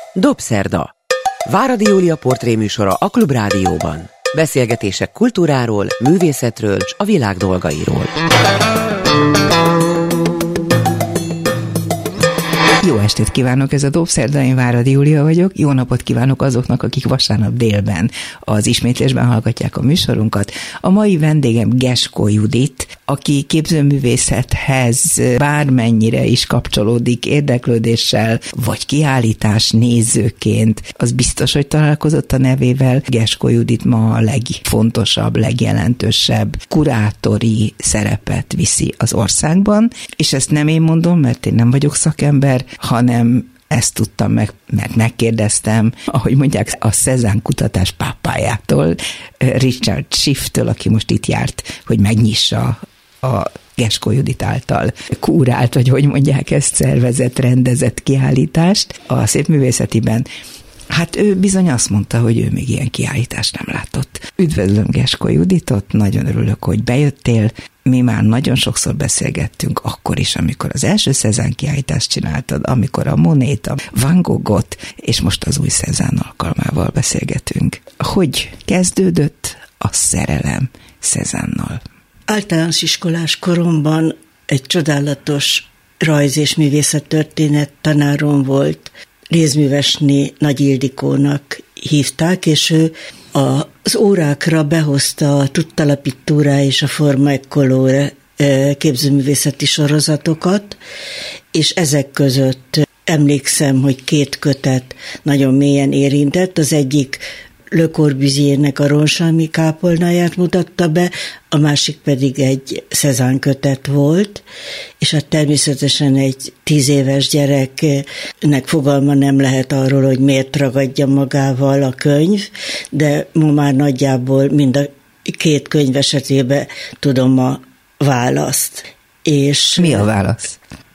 Dobszerda. Váradi Júlia portréműsora a Klubrádióban. Beszélgetések kultúráról, művészetről és a világ dolgairól. Jó estét kívánok, ez a Dobszerda, én Váradi Júlia vagyok. Jó napot kívánok azoknak, akik vasárnap délben az ismétlésben hallgatják a műsorunkat. A mai vendégem Geskó Judit, aki képzőművészethez bármennyire is kapcsolódik érdeklődéssel, vagy kiállítás nézőként. Az biztos, hogy találkozott a nevével. Geskó Judit ma a legfontosabb, legjelentősebb kurátori szerepet viszi az országban, és ezt nem én mondom, mert én nem vagyok szakember, hanem ezt tudtam meg, mert megkérdeztem, ahogy mondják, a Cézanne kutatás pápájától, Richard Schiff-től, aki most itt járt, hogy megnyissa a Geskó Judit által kúrált, vagy hogy mondják ezt, szervezett, rendezett kiállítást a szépművészetiben. Hát ő bizony azt mondta, hogy ő még ilyen kiállítást nem látott. Üdvözlöm Geskó Juditot, nagyon örülök, hogy bejöttél. Mi már nagyon sokszor beszélgettünk akkor is, amikor az első Cézanne kiállítást csináltad, amikor a Monét, a Van Goghot, és most az új Cézanne alkalmával beszélgetünk. Hogy kezdődött a szerelem Cézannal? Általános iskolás koromban egy csodálatos rajz- és művészettörténet tanárom volt, Rézművesné Nagy Ildikónak hívták, és ő az órákra behozta a Tutta la pittura és a Forma e colore képzőművészeti sorozatokat, és ezek között emlékszem, hogy 2 kötet nagyon mélyen érintett. Az egyik Le Corbusier-nek a Ronsalmi kápolnáját mutatta be, a másik pedig egy Cézanne kötet volt, és hát természetesen egy 10 éves gyereknek fogalma nem lehet arról, hogy miért ragadja magával a könyv, de ma már nagyjából mind a 2 könyv esetében tudom a választ. És mi a válasz?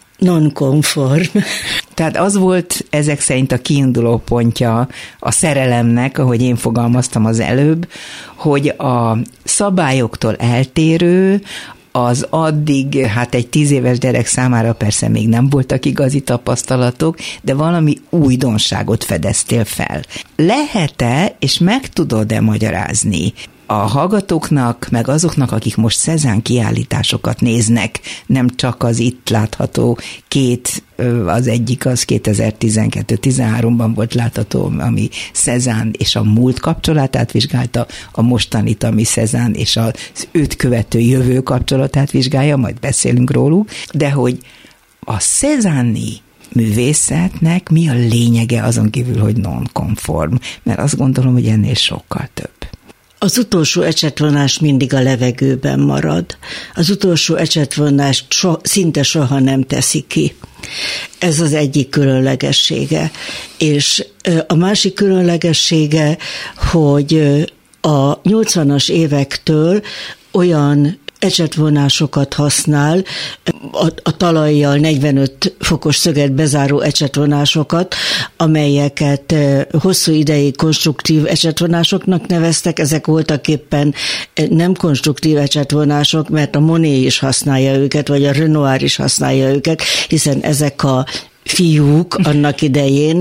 Non-conform. Tehát az volt ezek szerint a kiinduló pontja a szerelemnek, ahogy én fogalmaztam az előbb, hogy a szabályoktól eltérő, az addig, hát egy 10 éves gyerek számára persze még nem voltak igazi tapasztalatok, de valami újdonságot fedeztél fel. Lehet-e, és meg tudod-e magyarázni a hallgatóknak, meg azoknak, akik most Cézanne kiállításokat néznek, nem csak az itt látható 2, az egyik az 2012-13-ban volt látható, ami Cézanne és a múlt kapcsolatát vizsgálta, a mostanit, ami Cézanne és az őt követő jövő kapcsolatát vizsgálja, majd beszélünk róluk, de hogy a Cézanne-i művészetnek mi a lényege azon kívül, hogy non-conform, mert azt gondolom, hogy ennél sokkal több. Az utolsó ecsetvonás mindig a levegőben marad. Az utolsó ecsetvonást szinte soha nem teszi ki. Ez az egyik különlegessége. És a másik különlegessége, hogy a 80-as évektől olyan ecsetvonásokat használ, a talajjal 45 fokos szöget bezáró ecsetvonásokat, amelyeket hosszú ideig konstruktív ecsetvonásoknak neveztek, ezek voltak éppen nem konstruktív ecsetvonások, mert a Monet is használja őket, vagy a Renoir is használja őket, hiszen ezek a fiúk annak idején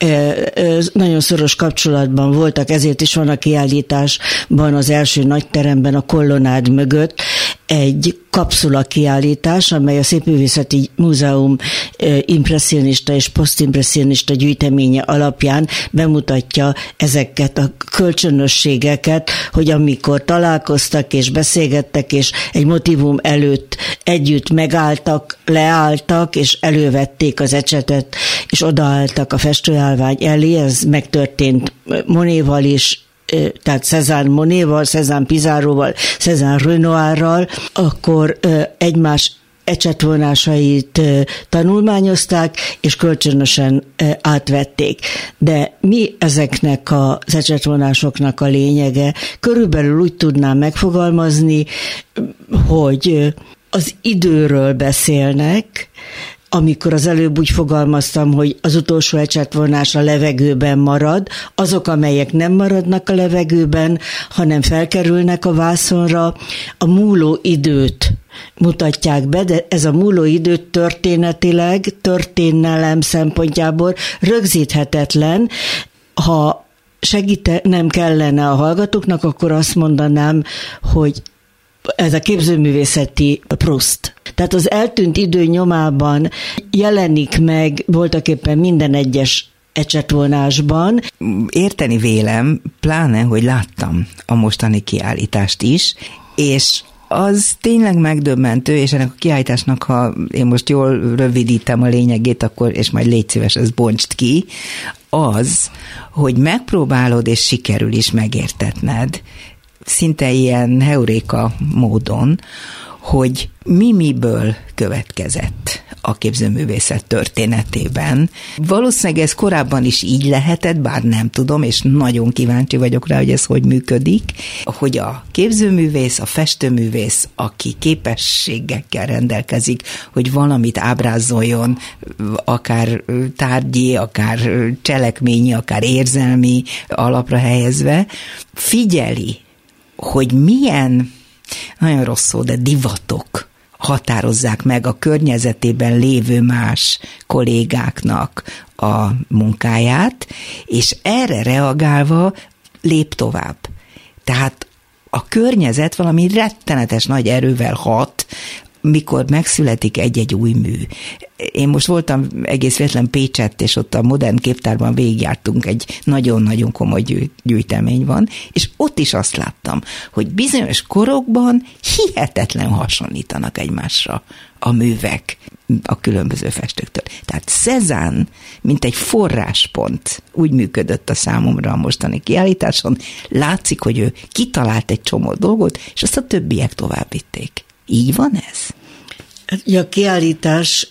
nagyon szoros kapcsolatban voltak, ezért is van a kiállításban az első nagy teremben a kolonnád mögött egy kapszula kiállítás, amely a Szépművészeti Múzeum impresszionista és posztimpresszionista gyűjteménye alapján bemutatja ezeket a kölcsönösségeket, hogy amikor találkoztak és beszélgettek, és egy motivum előtt együtt megálltak, leálltak, és elővették az ecsetet, és odaálltak a festőállvány elé, ez megtörtént Monéval is, tehát Cézanne Monéval, Cézanne Pizarróval, Cézanne Renoirral, akkor egymás ecsetvonásait tanulmányozták, és kölcsönösen átvették. De mi ezeknek az ecsetvonásoknak a lényege? Körülbelül úgy tudnám megfogalmazni, hogy az időről beszélnek, amikor az előbb úgy fogalmaztam, hogy az utolsó ecsetvonás a levegőben marad, azok, amelyek nem maradnak a levegőben, hanem felkerülnek a vászonra, a múló időt mutatják be, de ez a múló idő történetileg, történelem szempontjából rögzíthetetlen. Ha segítenem kellene a hallgatóknak, akkor azt mondanám, hogy ez a képzőművészeti Proust. Tehát az eltűnt idő nyomában jelenik meg voltaképpen minden egyes ecsetvonásban. Érteni vélem, pláne, hogy láttam a mostani kiállítást is, és az tényleg megdöbbentő, és ennek a kiállításnak, ha én most jól rövidítem a lényegét, akkor, és majd légy szíves, ezt bontsd ki, az, hogy megpróbálod, és sikerül is megértetned, szinte ilyen heuréka módon, hogy miből következett a képzőművészet történetében. Valószínűleg ez korábban is így lehetett, bár nem tudom, és nagyon kíváncsi vagyok rá, hogy ez hogy működik, hogy a képzőművész, a festőművész, aki képességekkel rendelkezik, hogy valamit ábrázoljon, akár tárgyi, akár cselekményi, akár érzelmi alapra helyezve, figyeli, hogy milyen, nagyon rossz szó, de divatok határozzák meg a környezetében lévő más kollégáknak a munkáját, és erre reagálva lép tovább. Tehát a környezet valami rettenetes nagy erővel hat, mikor megszületik egy-egy új mű. Én most voltam egész véletlen Pécsett, és ott a Modern Képtárban végigjártunk, egy nagyon-nagyon komoly gyűjtemény van, és ott is azt láttam, hogy bizonyos korokban hihetetlen hasonlítanak egymásra a művek a különböző festőktől. Tehát Cézanne, mint egy forráspont úgy működött a számomra a mostani kiállításon, látszik, hogy ő kitalált egy csomó dolgot, és azt a többiek tovább vitték. Így van ez? A kiállítás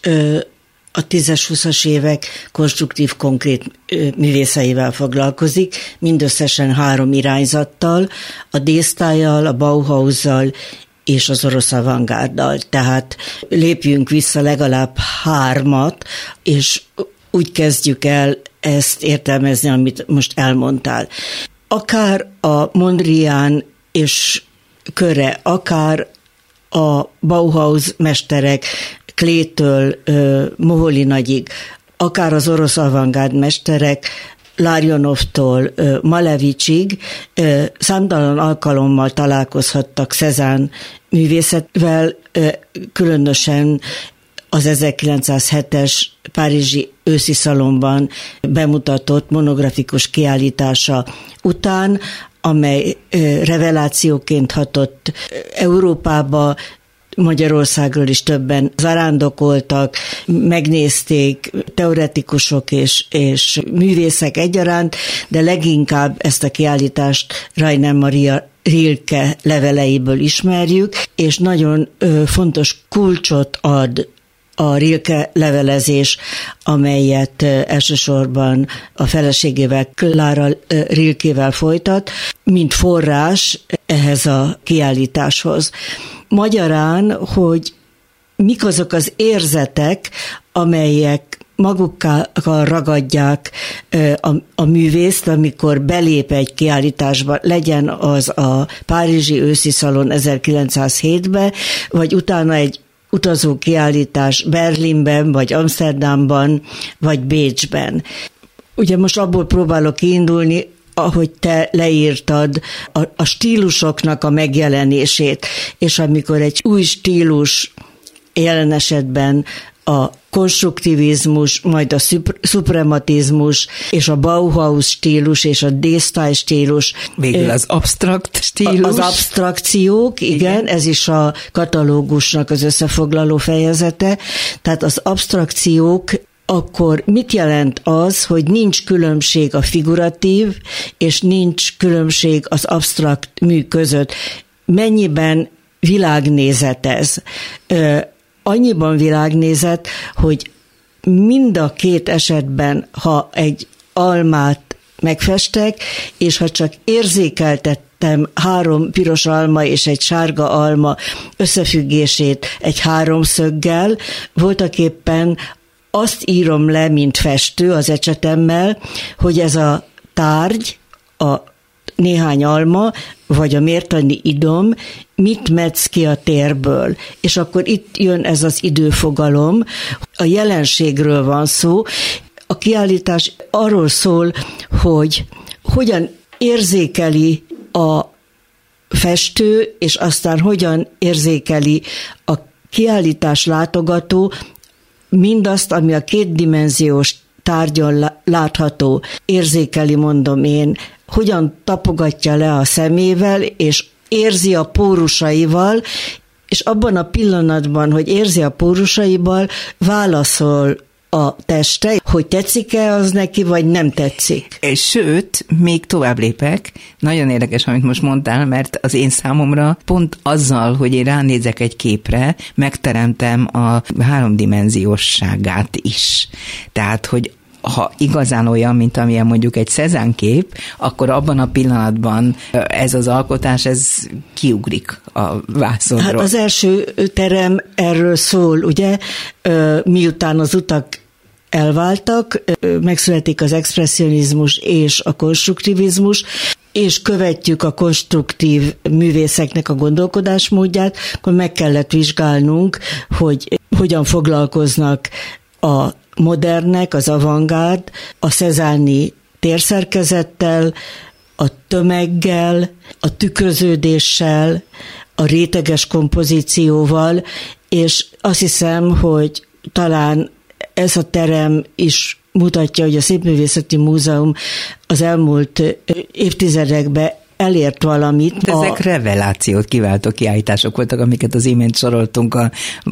a 10-20-as évek konstruktív, konkrét művészeivel foglalkozik, mindösszesen 3 irányzattal, a D-sztájjal, a Bauhaussal és az orosz avantgárddal. Tehát lépjünk vissza legalább 3, és úgy kezdjük el ezt értelmezni, amit most elmondtál. Akár a Mondrian és köre, akár a Bauhaus mesterek, Klétől Moholy Nagyig, akár az orosz avantgárd mesterek, Larionovtól Malevicsig számtalan alkalommal találkozhattak Cézanne művészetvel, különösen az 1907-es párizsi őszi szalonban bemutatott monografikus kiállítása után, amely revelációként hatott Európába, Magyarországról is többen zarándokoltak, megnézték teoretikusok és művészek egyaránt, de leginkább ezt a kiállítást Rainer Maria Rilke leveleiből ismerjük, és nagyon fontos kulcsot ad a Rilke levelezés, amelyet elsősorban a feleségével, Klára Rilkével folytat, mint forrás ehhez a kiállításhoz. Magyarán, hogy mik azok az érzetek, amelyek magukkal ragadják a művészt, amikor belép egy kiállításba, legyen az a párizsi őszi szalon 1907-ben, vagy utána egy utazó kiállítás Berlinben, vagy Amsterdamban, vagy Bécsben. Ugye most abból próbálok kiindulni, ahogy te leírtad a stílusoknak a megjelenését, és amikor egy új stílus, jelen esetben a konstruktivizmus, majd a szuprematizmus, és a Bauhaus stílus, és a D-sztály stílus. Végül az absztrakt stílus. Az abstrakciók, igen, ez is a katalógusnak az összefoglaló fejezete. Tehát az abstrakciók, akkor mit jelent az, hogy nincs különbség a figuratív, és nincs különbség az absztrakt mű között? Mennyiben világnézet ez? Annyiban világnézet, hogy mind a 2 esetben, ha egy almát megfestek, és ha csak érzékeltettem 3 piros alma és egy sárga alma összefüggését egy 3-szöggel, voltaképpen azt írom le, mint festő az ecsetemmel, hogy ez a tárgy, néhány alma, vagy a mértani idom mit metsz ki a térből. És akkor itt jön ez az időfogalom, a jelenségről van szó. A kiállítás arról szól, hogy hogyan érzékeli a festő, és aztán hogyan érzékeli a kiállítás látogató mindazt, ami a kétdimenziós tárgyon látható, érzékeli, mondom én, hogyan tapogatja le a szemével, és érzi a pórusaival, és abban a pillanatban, hogy érzi a pórusaival, válaszol a teste, hogy tetszik-e az neki, vagy nem tetszik. Sőt, még tovább lépek, nagyon érdekes, amit most mondtál, mert az én számomra pont azzal, hogy én ránézek egy képre, megteremtem a háromdimenziósságát is. Tehát, hogy ha igazán olyan, mint amilyen mondjuk egy Cézanne kép, akkor abban a pillanatban ez az alkotás, ez kiugrik a vászonról. Hát az első terem erről szól, ugye, miután az utak elváltak, megszületik az expresszionizmus és a konstruktivizmus, és követjük a konstruktív művészeknek a gondolkodásmódját, akkor meg kellett vizsgálnunk, hogy hogyan foglalkoznak a modernek, az avantgárd, a cézanne-i térszerkezettel, a tömeggel, a tükröződéssel, a réteges kompozícióval, és azt hiszem, hogy talán ez a terem is mutatja, hogy a Szépművészeti Múzeum az elmúlt évtizedekben elért valamit. Ezek revelációt kiváltó kiállítások voltak, amiket az imént soroltunk a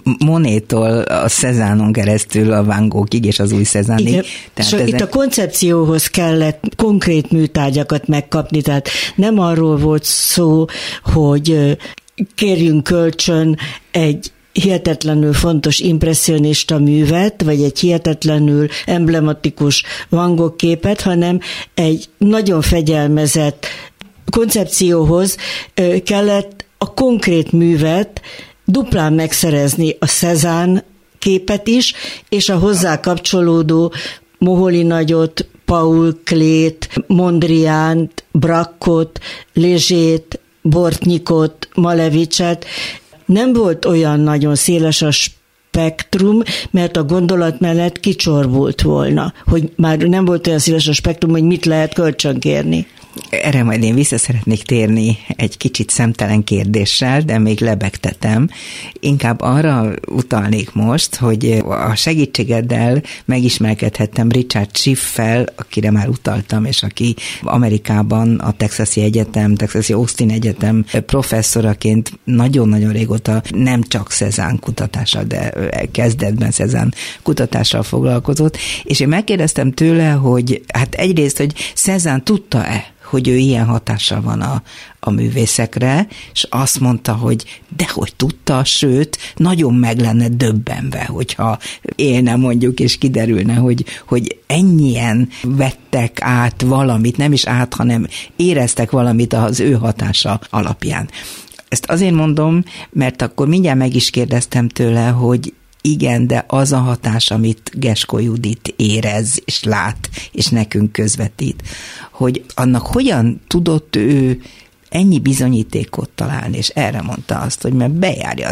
Monétól a Cézanne-on keresztül a Van Goghig és az új Cézanne-ig. Itt a koncepcióhoz kellett konkrét műtárgyakat megkapni, tehát nem arról volt szó, hogy kérjünk kölcsön egy hihetetlenül fontos impresszionista művet, vagy egy hihetetlenül emblematikus Van Gogh képet, hanem egy nagyon fegyelmezett koncepcióhoz kellett a konkrét művet duplán megszerezni, a Cézanne képet is, és a hozzá kapcsolódó Moholy Nagyot, Paul Klét, Mondriánt, Brakkot, Lézsét, Bortnyikot, Malevicset. Nem volt olyan nagyon széles a spektrum, mert a gondolat mellett kicsorbult volna, hogy már nem volt olyan széles a spektrum, hogy mit lehet kölcsönkérni. Erre majd én vissza szeretnék térni egy kicsit szemtelen kérdéssel, de még lebegtetem. Inkább arra utalnék most, hogy a segítségeddel megismerkedhettem Richard Schiffel, akire már utaltam, és aki Amerikában a Texasi Austin Egyetem professzoraként nagyon-nagyon régóta nem csak Cézanne kutatással, de kezdetben Cézanne kutatással foglalkozott, és én megkérdeztem tőle, hogy hát egyrészt, hogy Cézanne tudta-e, hogy ő ilyen hatással van a művészekre, és azt mondta, hogy dehogy tudta, sőt, nagyon meg lenne döbbenve, hogyha élne mondjuk, és kiderülne, hogy ennyien vettek át valamit, nem is át, hanem éreztek valamit az ő hatása alapján. Ezt azért mondom, mert akkor mindjárt meg is kérdeztem tőle, hogy igen, de az a hatás, amit Geskó Judit érez, és lát, és nekünk közvetít, hogy annak hogyan tudott ő ennyi bizonyítékot találni, és erre mondta azt, hogy mert bejárja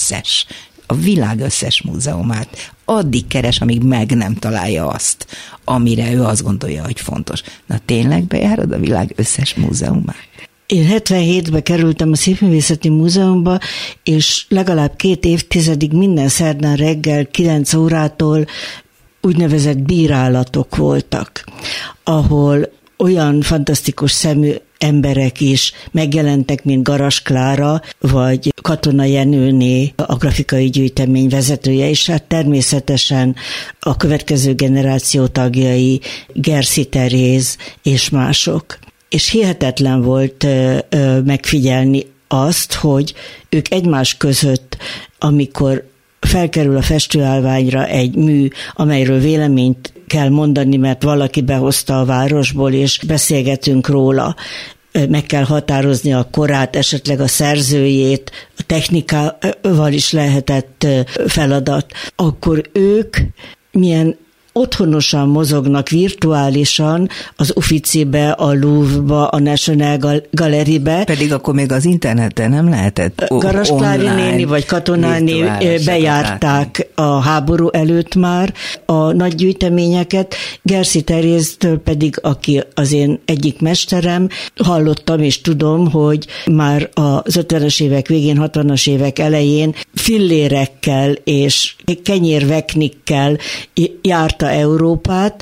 a világ összes múzeumát, addig keres, amíg meg nem találja azt, amire ő azt gondolja, hogy fontos. Na tényleg bejárod a világ összes múzeumát? Én 77-ben kerültem a Szépművészeti Múzeumba, és legalább 2 évtizedig minden szerdán reggel 9 órától úgynevezett bírálatok voltak, ahol olyan fantasztikus szemű emberek is megjelentek, mint Garas Klára, vagy Katona Jenőné, a grafikai gyűjtemény vezetője, és hát természetesen a következő generáció tagjai, Gerszi Teréz és mások. És hihetetlen volt megfigyelni azt, hogy ők egymás között, amikor felkerül a festőállványra egy mű, amelyről véleményt kell mondani, mert valaki behozta a városból, és beszélgetünk róla, meg kell határozni a korát, esetleg a szerzőjét, a technikával is lehetett feladat, akkor ők milyen otthonosan mozognak virtuálisan az Uffizi-be, a Louvre-ba, a National Gallery-be. Pedig akkor még az interneten nem lehetett Garastári néni vagy Katonáné bejárták a háború előtt már a nagy gyűjteményeket. Gerszi Teréztől pedig, aki az én egyik mesterem, hallottam és tudom, hogy már az 50-es évek végén, 60-as évek elején fillérekkel és kenyérveknikkel járta Európát,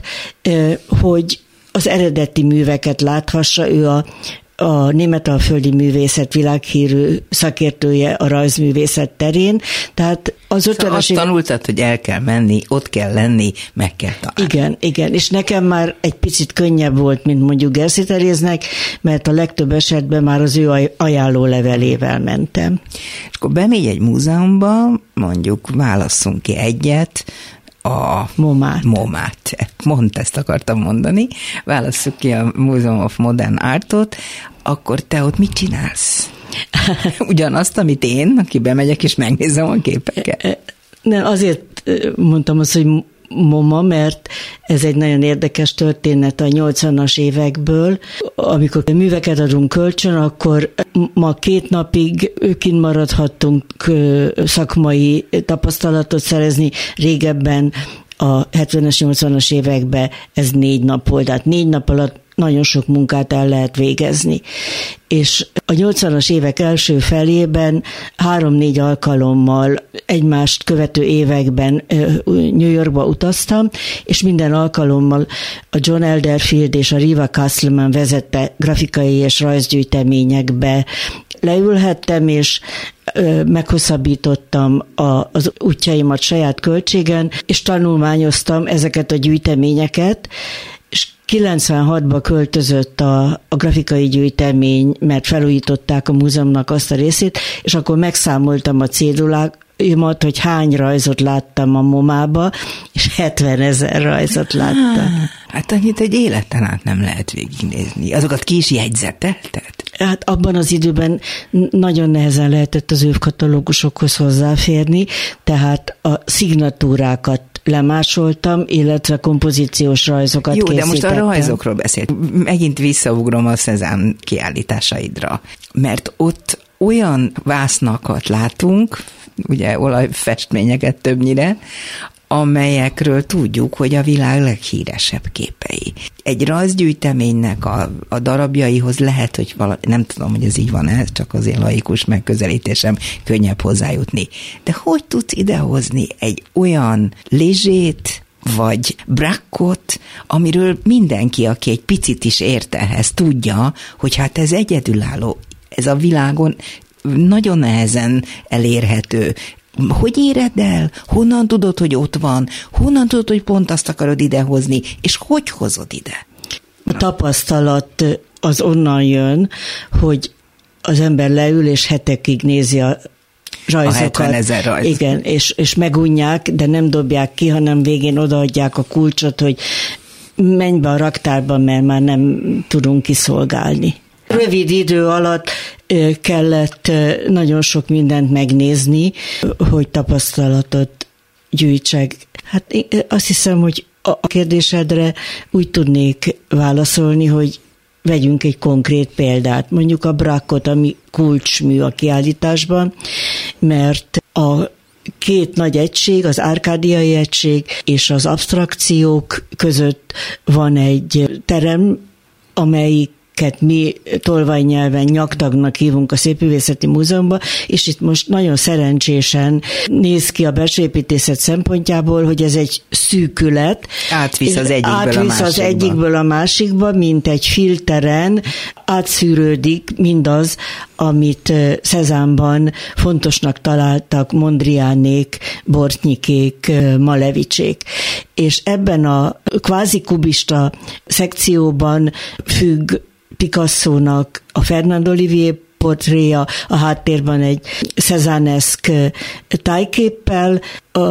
hogy az eredeti műveket láthassa. Ő a németalföldi művészet világhírű szakértője a rajzművészet terén, tehát az 50-es azt tanultad, hogy el kell menni, ott kell lenni, meg kell találni. Igen, és nekem már egy picit könnyebb volt, mint mondjuk Gerszi Teréznek, mert a legtöbb esetben már az ő ajánló levelével mentem. És akkor bemegy egy múzeumba, mondjuk válasszunk ki egyet, a MoMA-t. Mondd, ezt akartam mondani. Válasszuk ki a Museum of Modern Artot, akkor te ott mit csinálsz? Ugyanazt, amit én, aki bemegyek és megnézem a képeket. Nem, azért mondtam azt, hogy MoMA, mert ez egy nagyon érdekes történet a 80-as évekből. Amikor műveket adunk kölcsön, akkor ma 2 napig kint maradhattunk szakmai tapasztalatot szerezni. Régebben a 70-es, 80-as években ez 4 nap volt, tehát 4 nap alatt nagyon sok munkát el lehet végezni. És a 80-as évek első felében 3-4 alkalommal egymást követő években New Yorkba utaztam, és minden alkalommal a John Elderfield és a Riva Castleman vezette grafikai és rajzgyűjteményekbe leülhettem, és meghosszabbítottam az útjaimat saját költségen, és tanulmányoztam ezeket a gyűjteményeket, és 96-ba költözött a grafikai gyűjtemény, mert felújították a múzeumnak azt a részét, és akkor megszámoltam a cédulámat, hogy hány rajzot láttam a MoMA-ba, és 70 000 rajzot láttam. Hát annyit egy életen át nem lehet végignézni. Azokat ki is jegyzetelted? Hát abban az időben nagyon nehezen lehetett az évkatalógusokhoz hozzáférni, tehát a szignatúrákat lemásoltam, illetve kompozíciós rajzokat készítettem. Jó, de most a rajzokról beszélt. Megint visszaugrom a Cézanne kiállításaidra, mert ott olyan vásznakat látunk, ugye olajfestményeket többnyire, amelyekről tudjuk, hogy a világ leghíresebb képei. Egy rajzgyűjteménynek a darabjaihoz lehet, hogy nem tudom, hogy ez így van-e, csak az én laikus megközelítésem könnyebb hozzájutni. De hogy tudsz idehozni egy olyan Lézsét, vagy Brackot, amiről mindenki, aki egy picit is ért ehhez, tudja, hogy hát ez egyedülálló, ez a világon nagyon nehezen elérhető. Hogy éred el? Honnan tudod, hogy ott van? Honnan tudod, hogy pont azt akarod idehozni? És hogy hozod ide? A tapasztalat az onnan jön, hogy az ember leül, és hetekig nézi a rajzokat. A 70 000 rajz. Igen, és megunják, de nem dobják ki, hanem végén odaadják a kulcsot, hogy menj be a raktárba, mert már nem tudunk kiszolgálni. Rövid idő alatt kellett nagyon sok mindent megnézni, hogy tapasztalatot gyűjtsek. Hát azt hiszem, hogy a kérdésedre úgy tudnék válaszolni, hogy vegyünk egy konkrét példát. Mondjuk a Brackot, ami kulcsmű a kiállításban, mert a 2 nagy egység, az árkádiai egység és az absztrakciók között van egy terem, amelyik mi tolvajnyelven nyaktagnak hívunk a Szépművészeti Múzeumban, és itt most nagyon szerencsésen néz ki a belső építészet szempontjából, hogy ez egy szűkület. Átvisz az egyikből a másikba, mint egy filteren átszűrődik mindaz, amit Cézanne-ban fontosnak találtak Mondrianék, Bortnyikék, Malevicsék. És ebben a kvázi kubista szekcióban függ Picasso-nak a Fernand Olivier portréja, a háttérben egy Cézanne-eszk tájképpel, a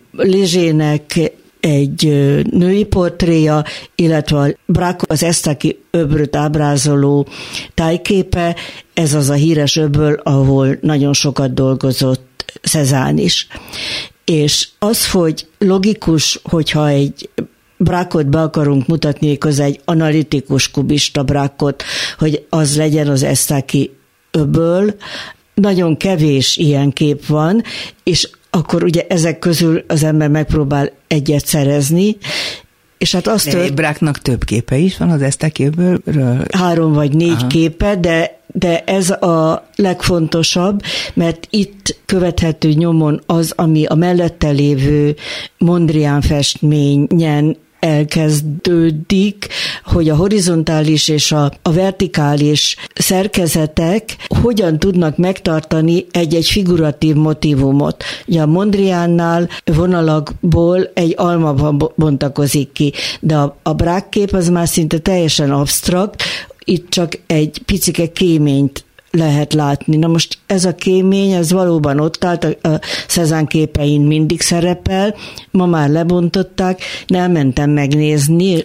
Lézsének egy női portréja, illetve a Braque az Esztáki öbröt ábrázoló tájképe, ez az a híres öböl, ahol nagyon sokat dolgozott Cézanne is. És az, hogy logikus, hogyha egy brákot be akarunk mutatni, méghozzá egy analitikus kubista brákot, hogy az legyen az Esztáki öböl, nagyon kevés ilyen kép van, és akkor ugye ezek közül az ember megpróbál egyet szerezni, és hát azt Braque-nak több képe is van az Esztáki öbölről? 3 vagy 4 képe, de ez a legfontosabb, mert itt követhető nyomon az, ami a mellette lévő Mondrian festményen elkezdődik, hogy a horizontális és a vertikális szerkezetek hogyan tudnak megtartani egy-egy figuratív motívumot. Ugye a Mondriannál vonalakból egy alma bontakozik ki, de a Braque kép az már szinte teljesen absztrakt, itt csak egy picike kéményt lehet látni. Na most ez a kémény, ez valóban ott állt, a Cézanne képein mindig szerepel, ma már lebontották, elmentem megnézni,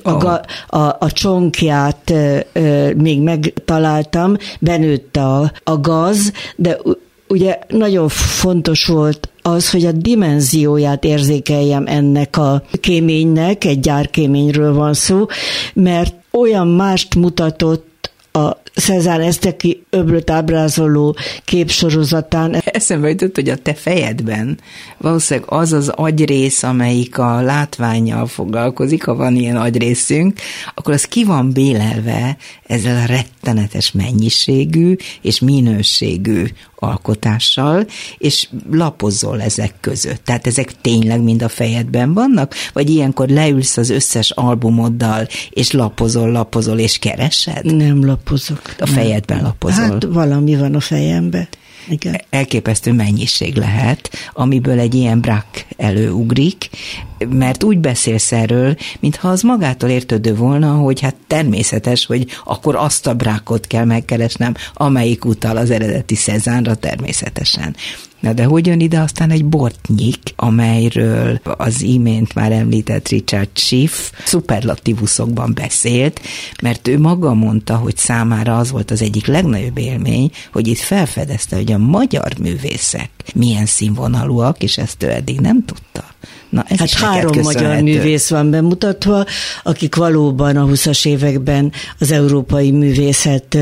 a csonkját még megtaláltam, benőtt a gaz, de ugye nagyon fontos volt az, hogy a dimenzióját érzékeljem ennek a kéménynek, egy gyárkéményről van szó, mert olyan mást mutatott a Cézanne Esztáki öblöt ábrázoló képsorozatán. Eszembe jutott, hogy a te fejedben valószínűleg az az agyrész, amelyik a látvánnyal foglalkozik, ha van ilyen agyrészünk, akkor az ki van bélelve ezzel a rettenetes mennyiségű és minőségű alkotással, és lapozol ezek között. Tehát ezek tényleg mind a fejedben vannak? Vagy ilyenkor leülsz az összes albumoddal, és lapozol, és keresed? Nem lapozok. A fejedben lapozol? Hát valami van a fejemben. Igen. Elképesztő mennyiség lehet, amiből egy ilyen Braque előugrik, mert úgy beszélsz erről, mintha az magától értődő volna, hogy hát természetes, hogy akkor azt a Braque-ot kell megkeresnem, amelyik utal az eredeti Cézanne-ra természetesen. Na de hogy jön ide aztán egy Bortnyik, amelyről az imént már említett Richard Schiff szuperlatívuszokban beszélt, mert ő maga mondta, hogy számára az volt az egyik legnagyobb élmény, hogy itt felfedezte, hogy a magyar művészek milyen színvonalúak, és ezt ő eddig nem tudta. Na, ez hát 3 magyar művész van bemutatva, akik valóban a 20-as években az európai művészet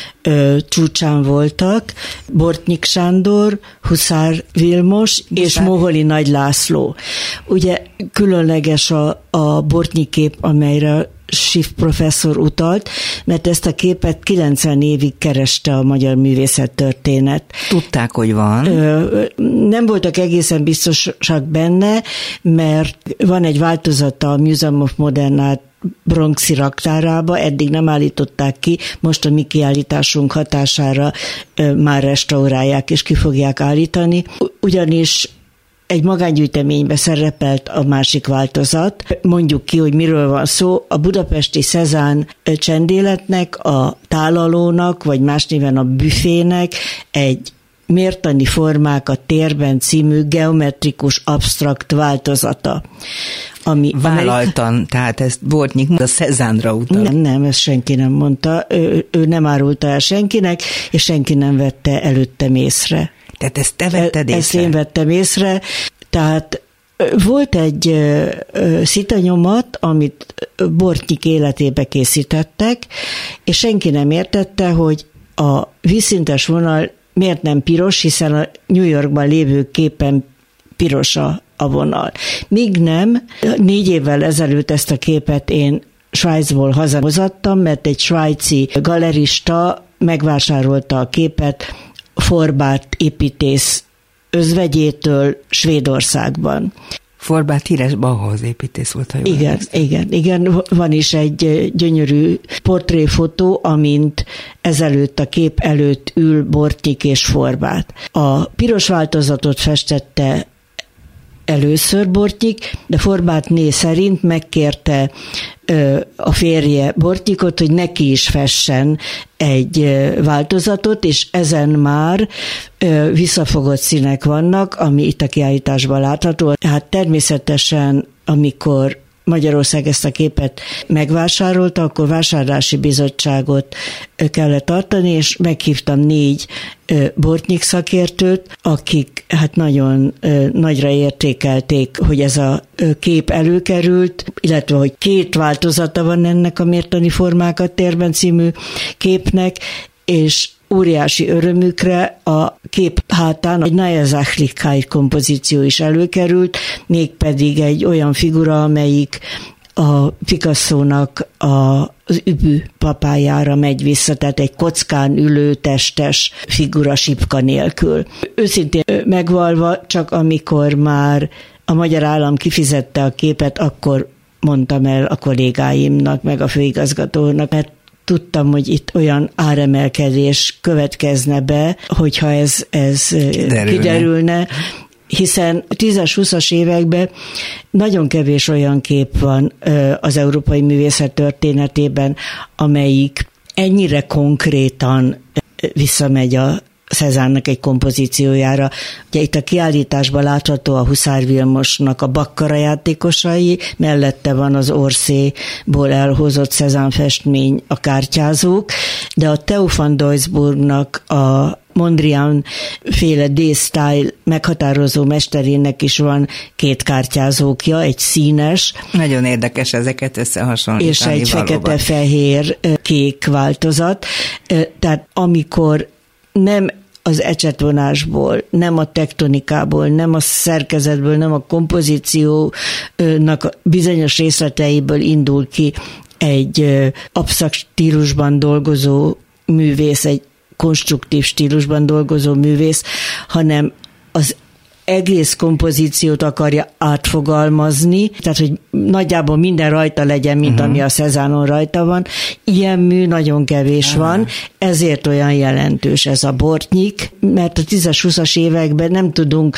csúcsán voltak. Bortnyik Sándor, Huszár Vilmos és Moholi Nagy László. Ugye különleges a Bortnyik kép, amelyre Schiff professzor utalt, mert ezt a képet 90 évig kereste a magyar művészettörténet. Tudták, hogy van. Nem voltak egészen biztosak benne, mert van egy változata a Museum of Modern Art bronxi raktárába, eddig nem állították ki, most a mi kiállításunk hatására már restaurálják és ki fogják állítani, ugyanis egy magángyűjteménybe szerepelt a másik változat. Mondjuk ki, hogy miről van szó. A budapesti Cézanne csendéletnek, a tálalónak, vagy más néven a büfének egy mértani formák a térben című geometrikus absztrakt változata. Ami vállaltan, tehát ezt Bortnyik a Cézanne-ra utal. Nem, ezt senki nem mondta. Ő nem árulta el senkinek, és senki nem vette előttem észre. Tehát ezt te vetted észre? Ezt én vettem észre. Tehát volt egy szitanyomat, amit Bortnyik életébe készítettek, és senki nem értette, hogy a vízszintes vonal miért nem piros, hiszen a New Yorkban lévő képen piros a vonal. Míg nem, 4 évvel ezelőtt ezt a képet én Svájcból hazahozattam, mert egy svájci galerista megvásárolta a képet Forbát építész özvegyétől Svédországban. Forbát híres Bauhaus építész volt, ha jól Igen. Van is egy gyönyörű portréfotó, amint ezelőtt a kép előtt ül Bortnyik és Forbát. A piros változatot festette először Bortnyik, de Forbátné szerint megkérte a férje Bortnyikot, hogy neki is fessen egy változatot, és ezen már visszafogott színek vannak, ami itt a kiállításban látható. Hát természetesen, amikor Magyarország ezt a képet megvásárolta, akkor vásárlási bizottságot kellett tartani, és meghívtam 4 Bortnyik szakértőt, akik hát nagyon nagyra értékelték, hogy ez a kép előkerült, illetve hogy 2 változata van ennek a Mértani Formákat térben című képnek, és óriási örömükre a kép hátán egy Neuezachlichkeit kompozíció is előkerült, mégpedig egy olyan figura, amelyik a Picasso-nak az übű papájára megy vissza, tehát egy kockán ülő testes figura sipka nélkül. Őszintén megvalva, csak amikor már a magyar állam kifizette a képet, akkor mondtam el a kollégáimnak, meg a főigazgatónak, mert tudtam, hogy itt olyan áremelkedés következne be, hogyha ez kiderülne, hiszen a 10-20-as években nagyon kevés olyan kép van az európai művészet történetében, amelyik ennyire konkrétan visszamegy a Cézanne-nak egy kompozíciójára. Ugye itt a kiállításban látható a Huszár Vilmosnak a Bakkara játékosai, mellette van az Orsayból elhozott Cézanne festmény, a Kártyázók, de a Theo van Doesburgnak a Mondrian féle D-style meghatározó mesterének is van 2 kártyázókja, egy színes. Nagyon érdekes ezeket összehasonlítani. És egy fekete-fehér kék változat. Tehát amikor nem az ecsetvonásból, nem a tektonikából, nem a szerkezetből, nem a kompozíciónak bizonyos részleteiből indul ki egy absztrakt stílusban dolgozó művész, egy konstruktív stílusban dolgozó művész, hanem az egész kompozíciót akarja átfogalmazni, tehát, hogy nagyjából minden rajta legyen, mint ami a Cézanne-on rajta van. Ilyen mű nagyon kevés van, ezért olyan jelentős ez a Bortnyik, mert a 10-20-as években nem tudunk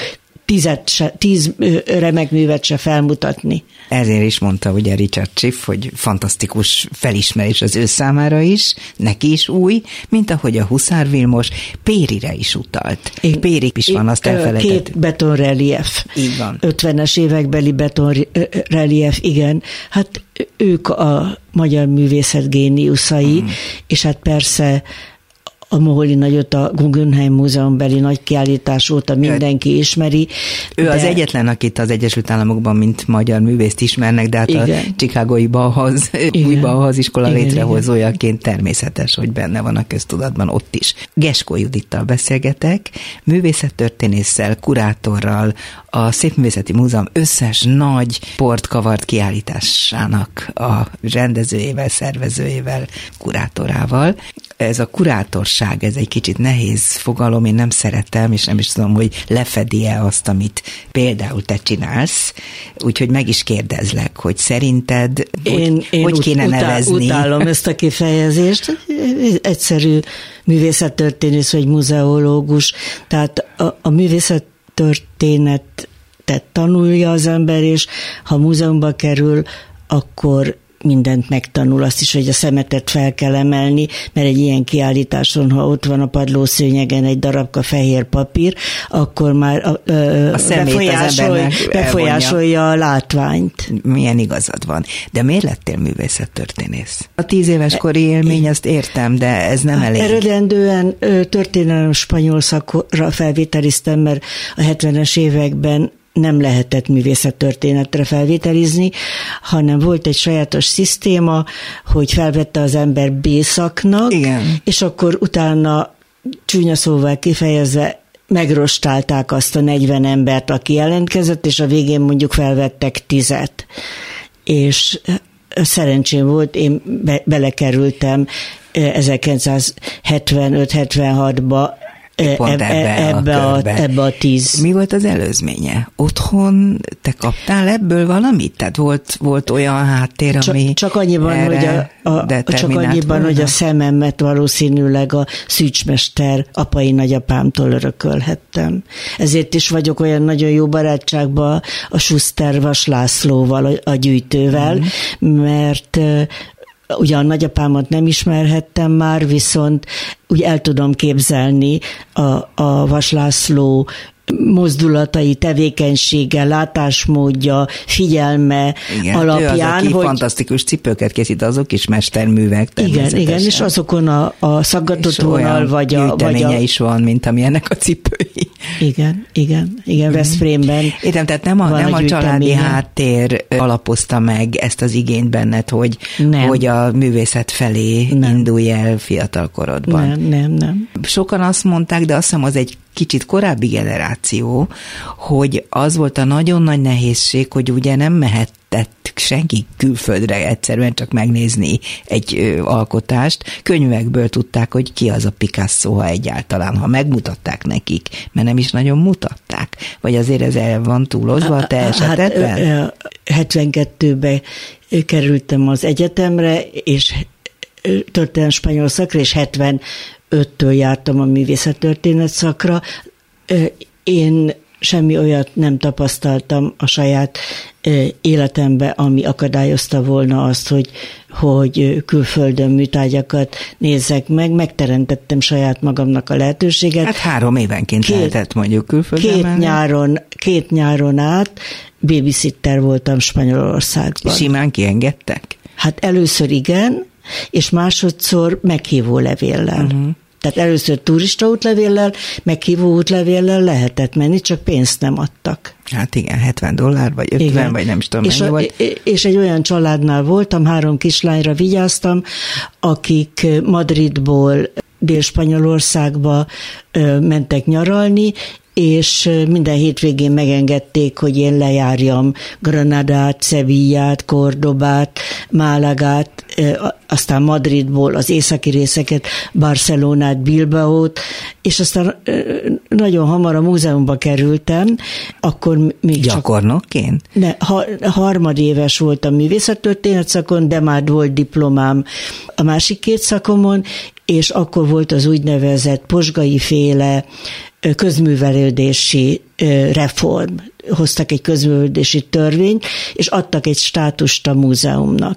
10 remek művet se felmutatni. Ezért is mondta ugye Richard Schiff, hogy fantasztikus felismerés az ő számára is, neki is új, mint ahogy a Huszár Vilmos Périre is utalt. Péri is van, azt elfelejtett. 2 betonrelief. Így van. 50-es évekbeli betonrelief, igen. Hát ők a magyar művészet géniuszai, és hát persze a Moholy Nagyot a Guggenheim Múzeumbeli nagy kiállítás óta mindenki ismeri. Ő az egyetlen, akit az Egyesült Államokban, mint magyar művészt ismernek, de hát igen. A Chicagói Bauhaus, új Bauhaus iskola létrehozójaként természetes, hogy benne van a köztudatban ott is. Geskó Judittal beszélgetek, művészettörténésszel, kurátorral, a Szépművészeti Múzeum összes nagy portkavart kiállításának a rendezőjével, szervezőjével, kurátorával. Ez a kurátorság, ez egy kicsit nehéz fogalom, én nem szeretem, és nem is tudom, hogy lefedi-e azt, amit például te csinálsz, úgyhogy meg is kérdezlek, hogy szerinted hogy kéne nevezni? Utálom ezt a kifejezést, egyszerű művészettörténész vagy muzeológus, tehát a művészettörténetet tanulja az ember, és ha múzeumba kerül, akkor mindent megtanul, azt is, hogy a szemetet fel kell emelni, mert egy ilyen kiállításon, ha ott van a padlószőnyegen egy darabka fehér papír, akkor már befolyásolja a látványt. Milyen igazad van. De miért lettél művészettörténész? A 10 éves kori élmény, azt értem, de ez nem elég. Eredendően történelem spanyol szakra felvételiztem, mert a 70-es években nem lehetett művészettörténetre felvételizni, hanem volt egy sajátos szisztéma, hogy felvette az ember B-szaknak, igen. És akkor utána csúnya szóval kifejezve megrostálták azt a 40 embert, aki jelentkezett, és a végén mondjuk felvettek 10. És szerencsém volt, én belekerültem 1975-76-ba ebbe a 10. Mi volt az előzménye? Otthon te kaptál ebből valamit? Tehát volt olyan háttér, ami csak annyiban, hogy a szememet valószínűleg a Szűcsmester apai nagyapámtól örökölhettem. Ezért is vagyok olyan nagyon jó barátságban a Schuster Vas Lászlóval, a gyűjtővel, mert ugye a nagyapámat nem ismerhettem már, viszont úgy el tudom képzelni a Vas László mozdulatai, tevékenysége, látásmódja, figyelme igen, alapján. Ő az, hogy fantasztikus cipőket készít, azok is mesterművek. Igen, és azokon a szaggatott vonal, vagy a is van, mint ami ennek a cipői. Igen, Veszprémben. Értem, tehát nem a családi háttér alapozta meg ezt az igényt benned, hogy a művészet felé indulj el fiatal korodban. Nem. Sokan azt mondták, de azt hiszem az egy kicsit korábbi generáció, hogy az volt a nagyon nagy nehézség, hogy ugye nem mehetett senki külföldre egyszerűen csak megnézni egy alkotást. Könyvekből tudták, hogy ki az a Picasso, ha egyáltalán, ha megmutatták nekik, mert nem is nagyon mutatták. Vagy azért ez el van túlozva a te esetedben? 72-ben kerültem az egyetemre, és történelem spanyol szakra, és 75-től jártam a művészettörténet szakra. Én semmi olyat nem tapasztaltam a saját életemben, ami akadályozta volna azt, hogy külföldön műtárgyakat nézzek meg. Megteremtettem saját magamnak a lehetőséget. Hát 3 évenként lehetett mondjuk külföldön. Két nyáron át babysitter voltam Spanyolországban. Simán kiengedtek? Hát először igen, és másodszor meghívó levéllel. Tehát először turista útlevéllel, meghívó útlevéllel lehetett menni, csak pénzt nem adtak. Hát igen, $70, vagy 50, igen. Vagy nem is tudom mennyi volt. És egy olyan családnál voltam, 3 kislányra vigyáztam, akik Madridból Dél-Spanyolországba mentek nyaralni, és minden hétvégén megengedték, hogy én lejárjam Granadát, Sevillát, Cordobát, Málagát, aztán Madridból az északi részeket, Barcelonát, Bilbaót, és aztán nagyon hamar a múzeumba kerültem, akkor még gyakornokként? Harmadéves voltam művészettörténet szakon, de már volt diplomám a másik 2 szakomon, és akkor volt az úgynevezett Posgai féle közművelődési reform. Hoztak egy közművelődési törvényt, és adtak egy státust a múzeumnak.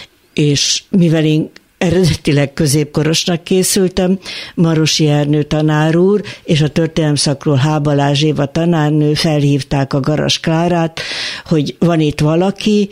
És mivel én eredetileg középkorosnak készültem, Marosi Ernő tanár úr és a történelemszakról H. Balázs Éva tanárnő felhívták a Garas Klárát, hogy van itt valaki,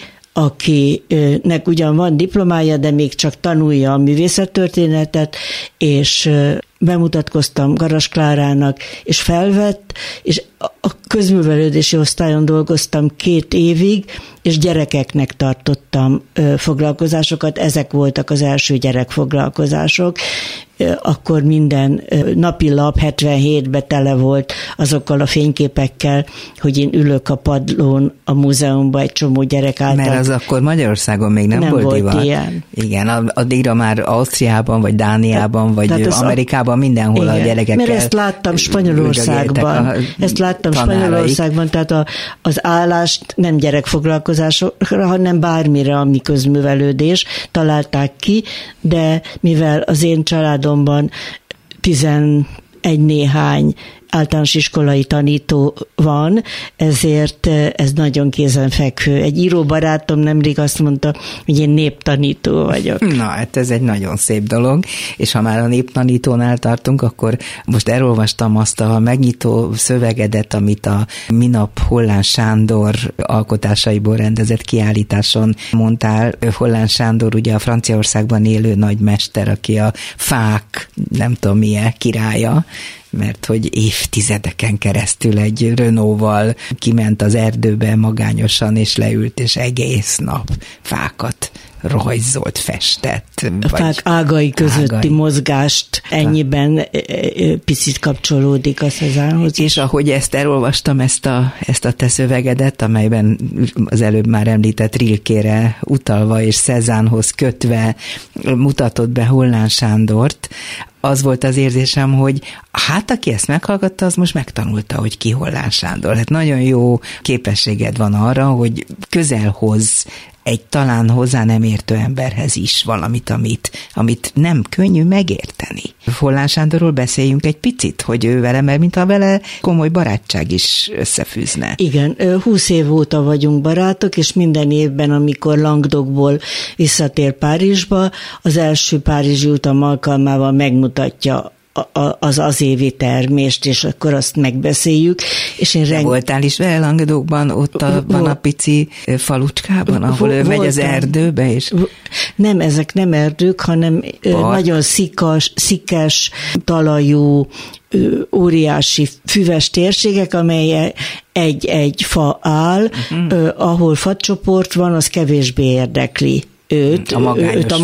akinek ugyan van diplomája, de még csak tanulja a művészettörténetet, és bemutatkoztam Garas Klárának, és felvett, és a közművelődési osztályon dolgoztam 2 évig, és gyerekeknek tartottam foglalkozásokat, ezek voltak az első gyerekfoglalkozások. Akkor minden napilap 77-ben tele volt azokkal a fényképekkel, hogy én ülök a padlón a múzeumban egy csomó gyerek által. Mert az akkor Magyarországon még nem volt divat. Ilyen. Igen, addigra már Ausztriában, vagy Dániában, vagy Amerikában mindenhol igen, a gyerekekkel. Mert ezt láttam Spanyolországban. Tehát az állást nem gyerekfoglalkozásokra, hanem bármire, ami közművelődés találták ki, de mivel az én családomban 11 néhány általános iskolai tanító van, ezért ez nagyon kézenfekvő. Egy íróbarátom nemrég azt mondta, hogy én néptanító vagyok. Na, hát ez egy nagyon szép dolog, és ha már a néptanítónál tartunk, akkor most elolvastam azt a megnyitó szövegedet, amit a minap Hollán Sándor alkotásaiból rendezett kiállításon mondtál. Hollán Sándor ugye a Franciaországban élő nagymester, aki a fák, nem tudom milyen királya, mert hogy évtizedeken keresztül egy Renault-val kiment az erdőbe magányosan, és leült, és egész nap fákat rajzolt, festett. A fák ágai közötti mozgást ennyiben picit kapcsolódik a Cézannehoz. És ahogy ezt elolvastam, ezt a te szövegedet, amelyben az előbb már említett Rilkére utalva és Cézannehoz kötve mutatod be Hollán Sándort, az volt az érzésem, hogy hát aki ezt meghallgatta, az most megtanulta, hogy ki Hollán Sándor. Hát nagyon jó képességed van arra, hogy közel hozz egy talán hozzá nem értő emberhez is valamit, amit nem könnyű megérteni. Hollán Sándorról beszéljünk egy picit, hogy ő vele, mert mintha vele komoly barátság is összefűzne. Igen, 20 év óta vagyunk barátok, és minden évben, amikor Languedocból visszatér Párizsba, az első párizsi utam alkalmával megmutatja az évi termést, és akkor azt megbeszéljük. És én voltál is vele Languedocban, ott van a pici falucskában, ahol ő megy az erdőbe? És... Nem, ezek nem erdők, hanem nagyon szikes, talajú, óriási füves térségek, amelyen egy fa áll, ahol facsoport van, az kevésbé érdekli őt a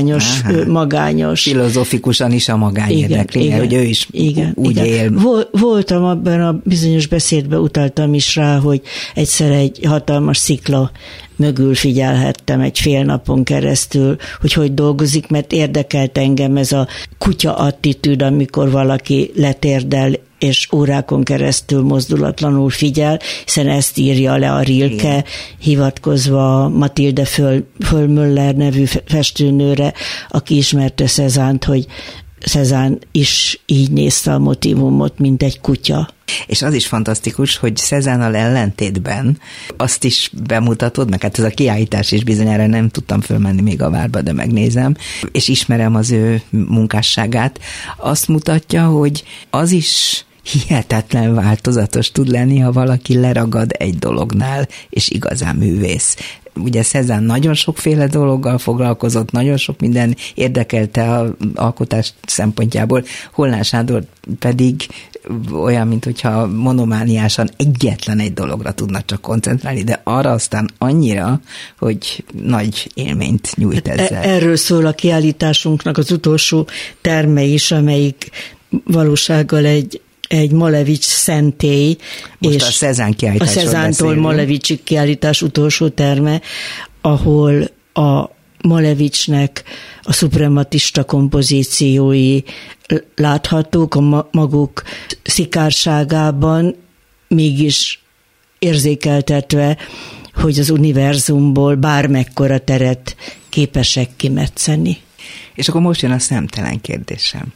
magányos. Filozofikusan is a magány érdekli, mert hogy ő is úgy él. Voltam abban a bizonyos beszédben, utaltam is rá, hogy egyszer egy hatalmas szikla mögül figyelhettem egy fél napon keresztül, hogy dolgozik, mert érdekelt engem ez a kutya attitűd, amikor valaki letérdel, és órákon keresztül mozdulatlanul figyel, hiszen ezt írja le a Rilke, hivatkozva Mathilde Föllmöller nevű festőnőre, aki ismerte Cézanne-t, hogy Cézanne is így nézte a motívumot, mint egy kutya. És az is fantasztikus, hogy Cézanne-nal ellentétben azt is bemutatod, meg hát ez a kiállítás is bizonyára nem tudtam fölmenni még a várba, de megnézem, és ismerem az ő munkásságát. Azt mutatja, hogy az is hihetetlen változatos tud lenni, ha valaki leragad egy dolognál, és igazán művész. Ugye Cézanne nagyon sokféle dologgal foglalkozott, nagyon sok minden érdekelte az alkotás szempontjából, Holnár Sándor pedig olyan, mintha monomániásan egyetlen egy dologra tudna csak koncentrálni, de arra aztán annyira, hogy nagy élményt nyújt ezzel. Erről szól a kiállításunknak az utolsó terme is, amelyik valósággal egy Malevics szentély. Most és a Cézanne kiállításról beszélünk. A Cézanne-tól Malevicsig kiállítás utolsó terme, ahol a Malevicsnek a szuprematista kompozíciói láthatók a maguk szikárságában, mégis érzékeltetve, hogy az univerzumból bármekkora teret képesek kimetszeni. És akkor most jön a szemtelen kérdésem.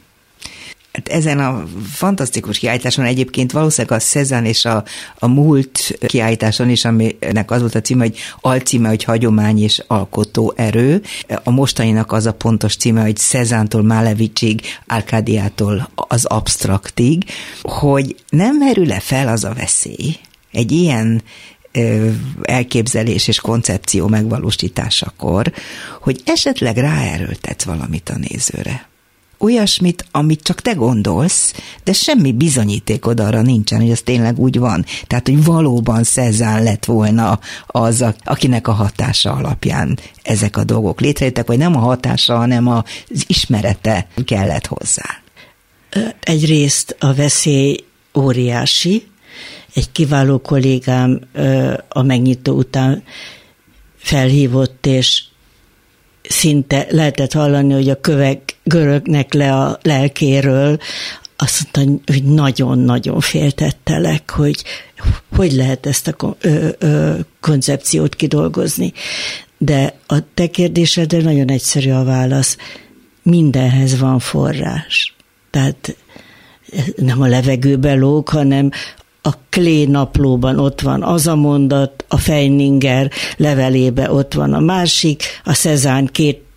Ezen a fantasztikus kiállításon egyébként valószínűleg a Cézanne és a múlt kiállításon is, aminek az volt a címe, hogy alcíme, hogy hagyomány és alkotó erő. A mostaninak az a pontos címe, hogy Cézanne-tól Malevicsig, Arcadiától az absztraktig, hogy nem merül-e fel az a veszély egy ilyen elképzelés és koncepció megvalósításakor, hogy esetleg ráerőltetsz valamit a nézőre. Olyasmit, amit csak te gondolsz, de semmi bizonyítékod arra nincsen, hogy ez tényleg úgy van. Tehát, hogy valóban Cézanne lett volna az, akinek a hatása alapján ezek a dolgok létrejöttek, vagy nem a hatása, hanem az ismerete kellett hozzá. Egyrészt a veszély óriási. Egy kiváló kollégám a megnyitó után felhívott, és szinte lehetett hallani, hogy a kövek görögnek le a lelkéről. Azt mondta, hogy nagyon-nagyon féltettelek, hogy lehet ezt a koncepciót kidolgozni. De a te kérdésedre nagyon egyszerű a válasz. Mindenhez van forrás. Tehát nem a levegőben lóg, hanem a Klee naplóban ott van az a mondat, a Feininger levelébe ott van a másik, a Cézanne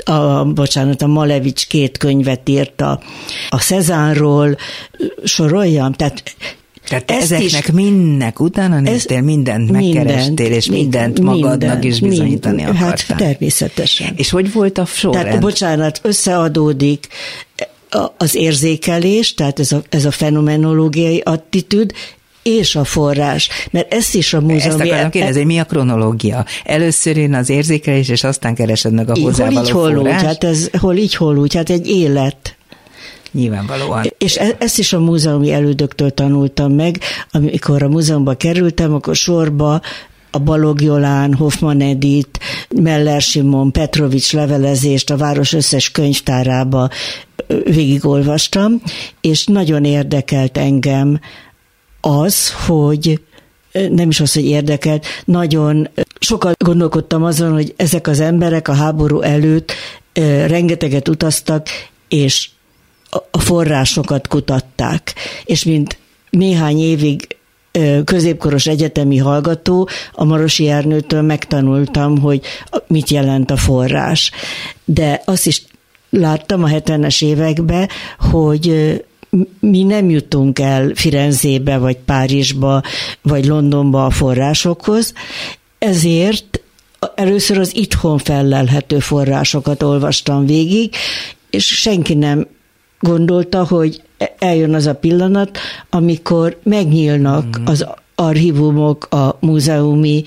a Malevics 2 könyvet írta a Cézanne-ról, soroljam, tehát ezeknek mindnek utána néztél, mindent megkerestél, és mindent magadnak is bizonyítani akartál. Hát természetesen. És hogy volt a sorrend? Tehát, összeadódik az érzékelés, tehát ez a fenomenológiai attitűd, és a forrás, mert ezt is a múzeum... Ezt akarom kérdezni, hogy mi a kronológia? Először jön az érzékelés, és aztán keresed meg a hozzávaló forrás? Hol így, hol úgy, hát egy élet. Nyilvánvalóan. És ezt is a múzeumi elődöktől tanultam meg. Amikor a múzeumba kerültem, akkor sorba a Balogh Jolán, Hoffmann Edith, Meller Simon, Petrovics levelezést a város összes könyvtárába végigolvastam, és nagyon érdekelt engem az, hogy nem is az, hogy érdekelt, nagyon sokat gondolkodtam azon, hogy ezek az emberek a háború előtt rengeteget utaztak, és a forrásokat kutatták. És mint néhány évig középkoros egyetemi hallgató, a Marosi Ernőtől megtanultam, hogy mit jelent a forrás. De azt is láttam a 70-es években, hogy mi nem jutunk el Firenzébe, vagy Párizsba, vagy Londonba a forrásokhoz, ezért először az itthon fellelhető forrásokat olvastam végig, és senki nem gondolta, hogy eljön az a pillanat, amikor megnyílnak az archívumok, a múzeumi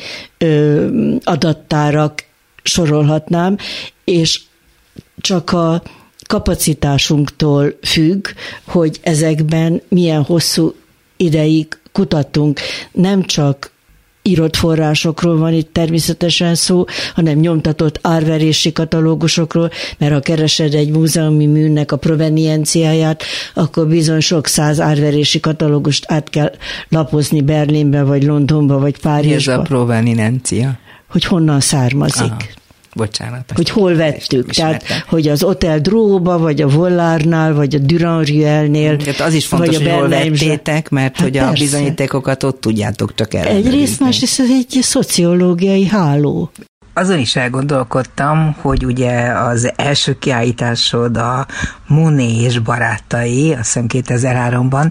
adattárak, sorolhatnám, és csak a kapacitásunktól függ, hogy ezekben milyen hosszú ideig kutatunk. Nem csak írott forrásokról van itt természetesen szó, hanem nyomtatott árverési katalógusokról, mert ha keresed egy múzeumi műnek a provenienciáját, akkor bizony sok száz árverési katalógust át kell lapozni Berlinbe, vagy Londonba, vagy Párizsba. Ez a proveniencia? Hogy honnan származik. Aha. Bocsánat. Hogy hol vettük. Tehát, hogy az Hotel Drouot-ba, vagy a Volárnál, vagy a Durand-Ruel-nél. Az is fontos, hogy hol vettétek, mert hogy a bizonyítékokat ott tudjátok csak ellenőrizni. Egyrészt, másrészt ez egy szociológiai háló. Azon is elgondolkodtam, hogy ugye az első kiállításod a Monet és barátai, azt hiszem 2003-ban,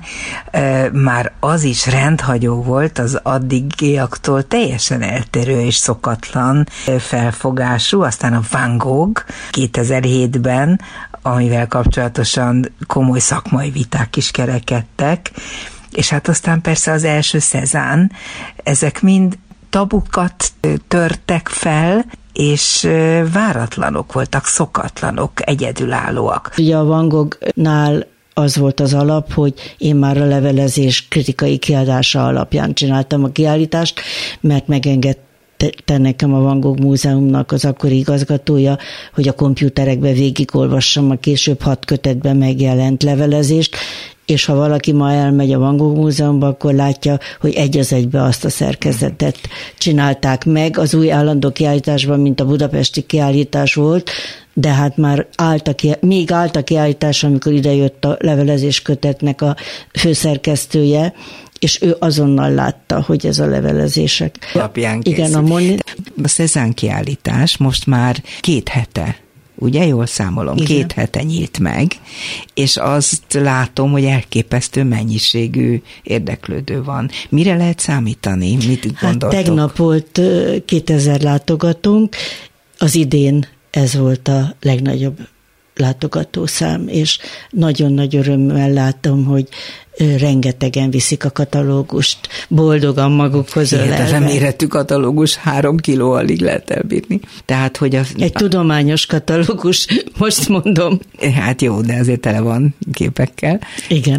már az is rendhagyó volt, az addigiaktól teljesen eltérő és szokatlan felfogású, aztán a Van Gogh 2007-ben, amivel kapcsolatosan komoly szakmai viták is kerekedtek, és hát aztán persze az első Cézanne, ezek mind tabukat törtek fel, és váratlanok voltak, szokatlanok, egyedülállóak. Ugye a Van Goghnál az volt az alap, hogy én már a levelezés kritikai kiadása alapján csináltam a kiállítást, mert megengedte nekem a Van Gogh Múzeumnak az akkori igazgatója, hogy a komputerekbe végigolvassam a később 6 kötetben megjelent levelezést, és ha valaki ma elmegy a Van Gogh Múzeumba, akkor látja, hogy egy az egybe azt a szerkezetet csinálták meg. Az új állandó kiállításban, mint a budapesti kiállítás volt, de hát már még állt a kiállítás, amikor idejött a levelezés kötetnek a főszerkesztője, és ő azonnal látta, hogy ez a levelezések alapján készül. Igen, a Cézanne kiállítás most már 2 hete, ugye, jól számolom, igen. 2 hete nyílt meg, és azt látom, hogy elképesztő mennyiségű érdeklődő van. Mire lehet számítani? Mit gondoltok? Hát tegnap volt 2000 látogatónk, az idén ez volt a legnagyobb látogatószám, és nagyon nagy örömmel látom, hogy rengetegen viszik a katalógust, boldogan magukhoz ölelve. Hihetetlen méretű katalógus, 3 kiló alig lehet elbírni. Tehát, hogy egy tudományos katalógus, most mondom. Hát jó, de azért tele van képekkel. Igen,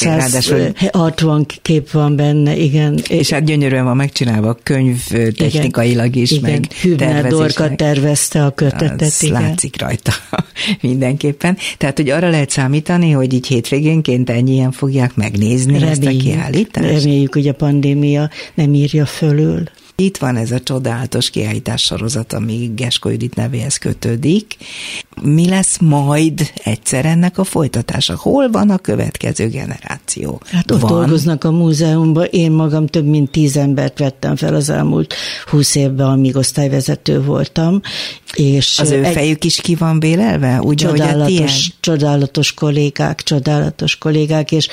360 kép van benne, igen. És hát gyönyörűen van megcsinálva, könyv technikailag is, igen. meg Hübner Dorka tervezte a kötetet. Az igen. Látszik rajta mindenképpen. Tehát, hogy arra lehet számítani, hogy így hétvégénként ennyien fogják megnézni ezt a kiállítást? Reméljük, hogy a pandémia nem írja fölül. Itt van ez a csodálatos kiállítás sorozat, ami Geskó Judit nevéhez kötődik. Mi lesz majd egyszer ennek a folytatása? Hol van a következő generáció? Hát ott dolgoznak a múzeumban. Én magam több mint 10 embert vettem fel az elmúlt 20 évben, amíg osztályvezető voltam. És az ő fejük is ki van bélelve? Úgy, csodálatos kollégák, és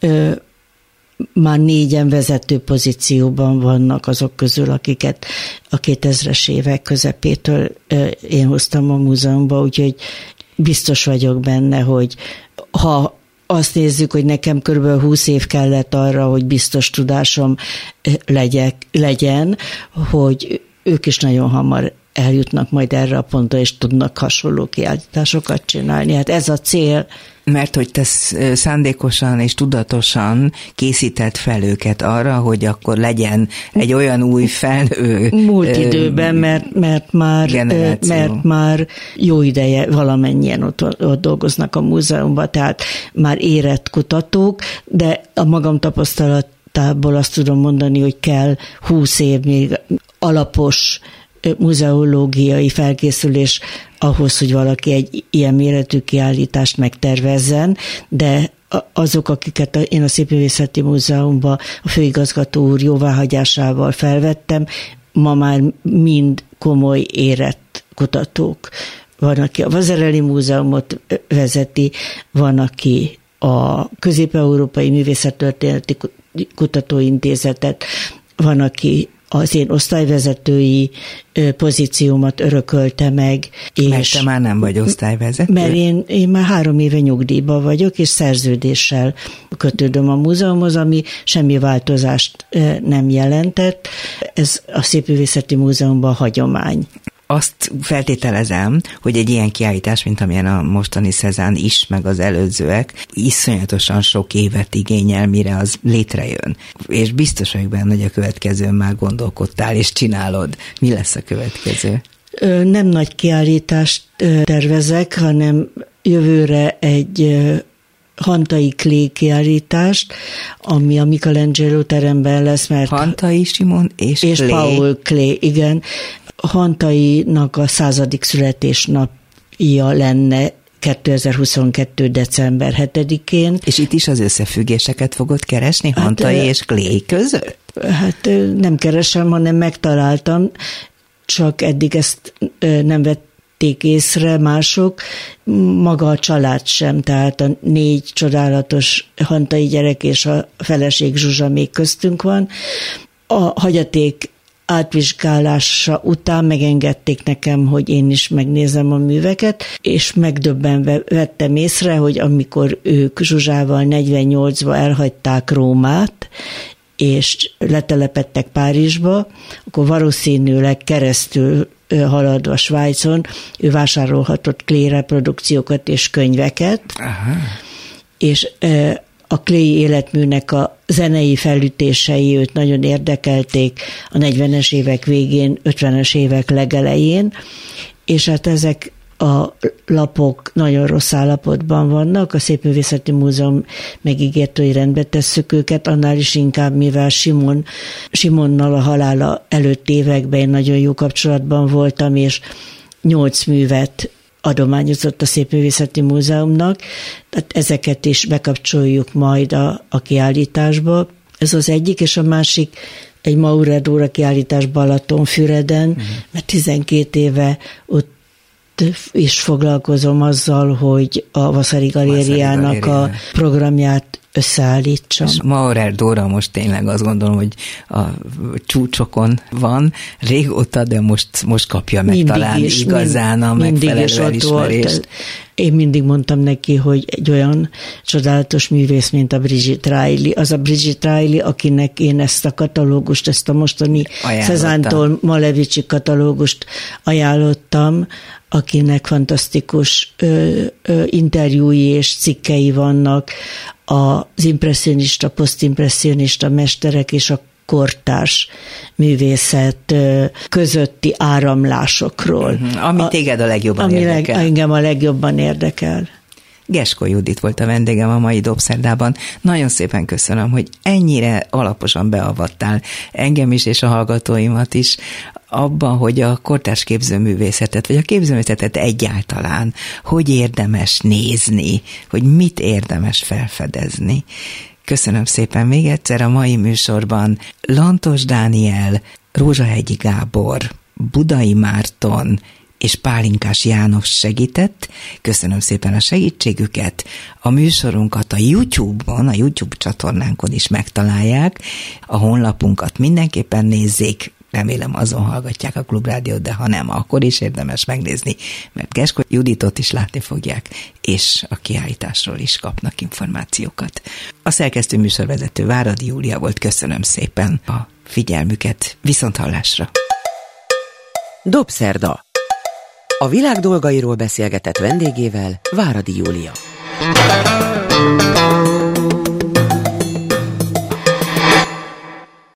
már 4-en vezető pozícióban vannak azok közül, akiket a 2000-es évek közepétől én hoztam a múzeumba, úgyhogy biztos vagyok benne, hogy ha azt nézzük, hogy nekem körülbelül 20 év kellett arra, hogy biztos tudásom legyen, hogy ők is nagyon hamar eljutnak majd erre a pontra, és tudnak hasonló kiállításokat csinálni. Hát ez a cél. Mert hogy te szándékosan és tudatosan készített fel őket arra, hogy akkor legyen egy olyan új felnő múlt időben, mert már jó ideje valamennyien ott dolgoznak a múzeumban, tehát már érett kutatók, de a magam tapasztalatából azt tudom mondani, hogy kell 20 év még alapos muzeológiai felkészülés ahhoz, hogy valaki egy ilyen méretű kiállítást megtervezzen, de azok, akiket én a Szépművészeti Múzeumban a főigazgató úr jóváhagyásával felvettem, ma már mind komoly érett kutatók. Van, aki a Vasarely Múzeumot vezeti, van, aki a Közép-Európai Művészettörténeti Kutatóintézetet, van, aki az én osztályvezetői pozíciómat örökölte meg. Mert te már nem vagy osztályvezető? Mert én már 3 éve nyugdíjban vagyok, és szerződéssel kötődöm a múzeumhoz, ami semmi változást nem jelentett. Ez a Szépművészeti Múzeumban hagyomány. Azt feltételezem, hogy egy ilyen kiállítás, mint amilyen a mostani Cézanne is, meg az előzőek, iszonyatosan sok évet igényel, mire az létrejön. És biztos vagyok benne, hogy a következőn már gondolkodtál és csinálod. Mi lesz a következő? Nem nagy kiállítást tervezek, hanem jövőre egy Hantai Klee kiállítást, ami a Michelangelo teremben lesz, mert... Hantai Simon és Paul Klee, igen. Hantainak a 100. születésnapja lenne 2022. december 7-én. És itt is az összefüggéseket fogod keresni Hantai és Klee között? Hát nem keresem, hanem megtaláltam, csak eddig ezt nem vették észre mások, maga a család sem, tehát a 4 csodálatos hantai gyerek és a feleség Zsuzsa még köztünk van. A hagyaték átvizsgálása után megengedték nekem, hogy én is megnézem a műveket, és megdöbbenve vettem észre, hogy amikor ők Zsuzsával 48-ba elhagyták Rómát, és letelepedtek Párizsba, akkor valószínűleg keresztül haladva Svájcon, ő vásárolhatott Klee reprodukciókat és könyveket, aha, és a Klee életműnek a zenei felütései őt nagyon érdekelték a 40-es évek végén, 50-es évek legelején, és hát ezek a lapok nagyon rossz állapotban vannak, a Szépművészeti Múzeum megígért, hogy rendbe tesszük őket, annál is inkább, mivel Simonnal a halála előtt években én nagyon jó kapcsolatban voltam, és 8 művet adományozott a Szépművészeti Múzeumnak, tehát ezeket is bekapcsoljuk majd a kiállításba. Ez az egyik, és a másik egy Maurer Dóra kiállítás Balatonfüreden, mert 12 éve ott is foglalkozom azzal, hogy a Vasari Galériának a programját összeállítsam. És Maurer Dóra most tényleg azt gondolom, hogy a csúcsokon van régóta, de most kapja meg mindig talán is, igazán a megfelelő elismerést. Én mindig mondtam neki, hogy egy olyan csodálatos művész, mint a Brigitte Riley. Az a Brigitte Riley, akinek én ezt a katalógust, ezt a mostani Cézanne-tól Malevicsi katalógust ajánlottam, akinek fantasztikus interjúi és cikkei vannak az impresszionista, posztimpresszionista mesterek és a kortárs művészet közötti áramlásokról. Ami téged a legjobban érdekel. Engem a legjobban érdekel. Geskó Judit volt a vendégem a mai Dobszerdában. Nagyon szépen köszönöm, hogy ennyire alaposan beavattál engem is és a hallgatóimat is abban, hogy a kortárs képzőművészetet, vagy a képzőművészetet egyáltalán hogy érdemes nézni, hogy mit érdemes felfedezni. Köszönöm szépen még egyszer. A mai műsorban Lantos Dániel, Rózsahegyi Gábor, Budai Márton és Pálinkás János segített. Köszönöm szépen a segítségüket. A műsorunkat a YouTube-on, a YouTube csatornánkon is megtalálják. A honlapunkat mindenképpen nézzék. Remélem azon hallgatják a Klubrádiót, de ha nem, akkor is érdemes megnézni, mert Geskó Juditot is látni fogják, és a kiállításról is kapnak információkat. A szerkesztő műsorvezető Váradi Júlia volt, köszönöm szépen a figyelmüket, viszonthallásra. Dobszerda. A világ dolgairól beszélgetett vendégével Váradi Júlia.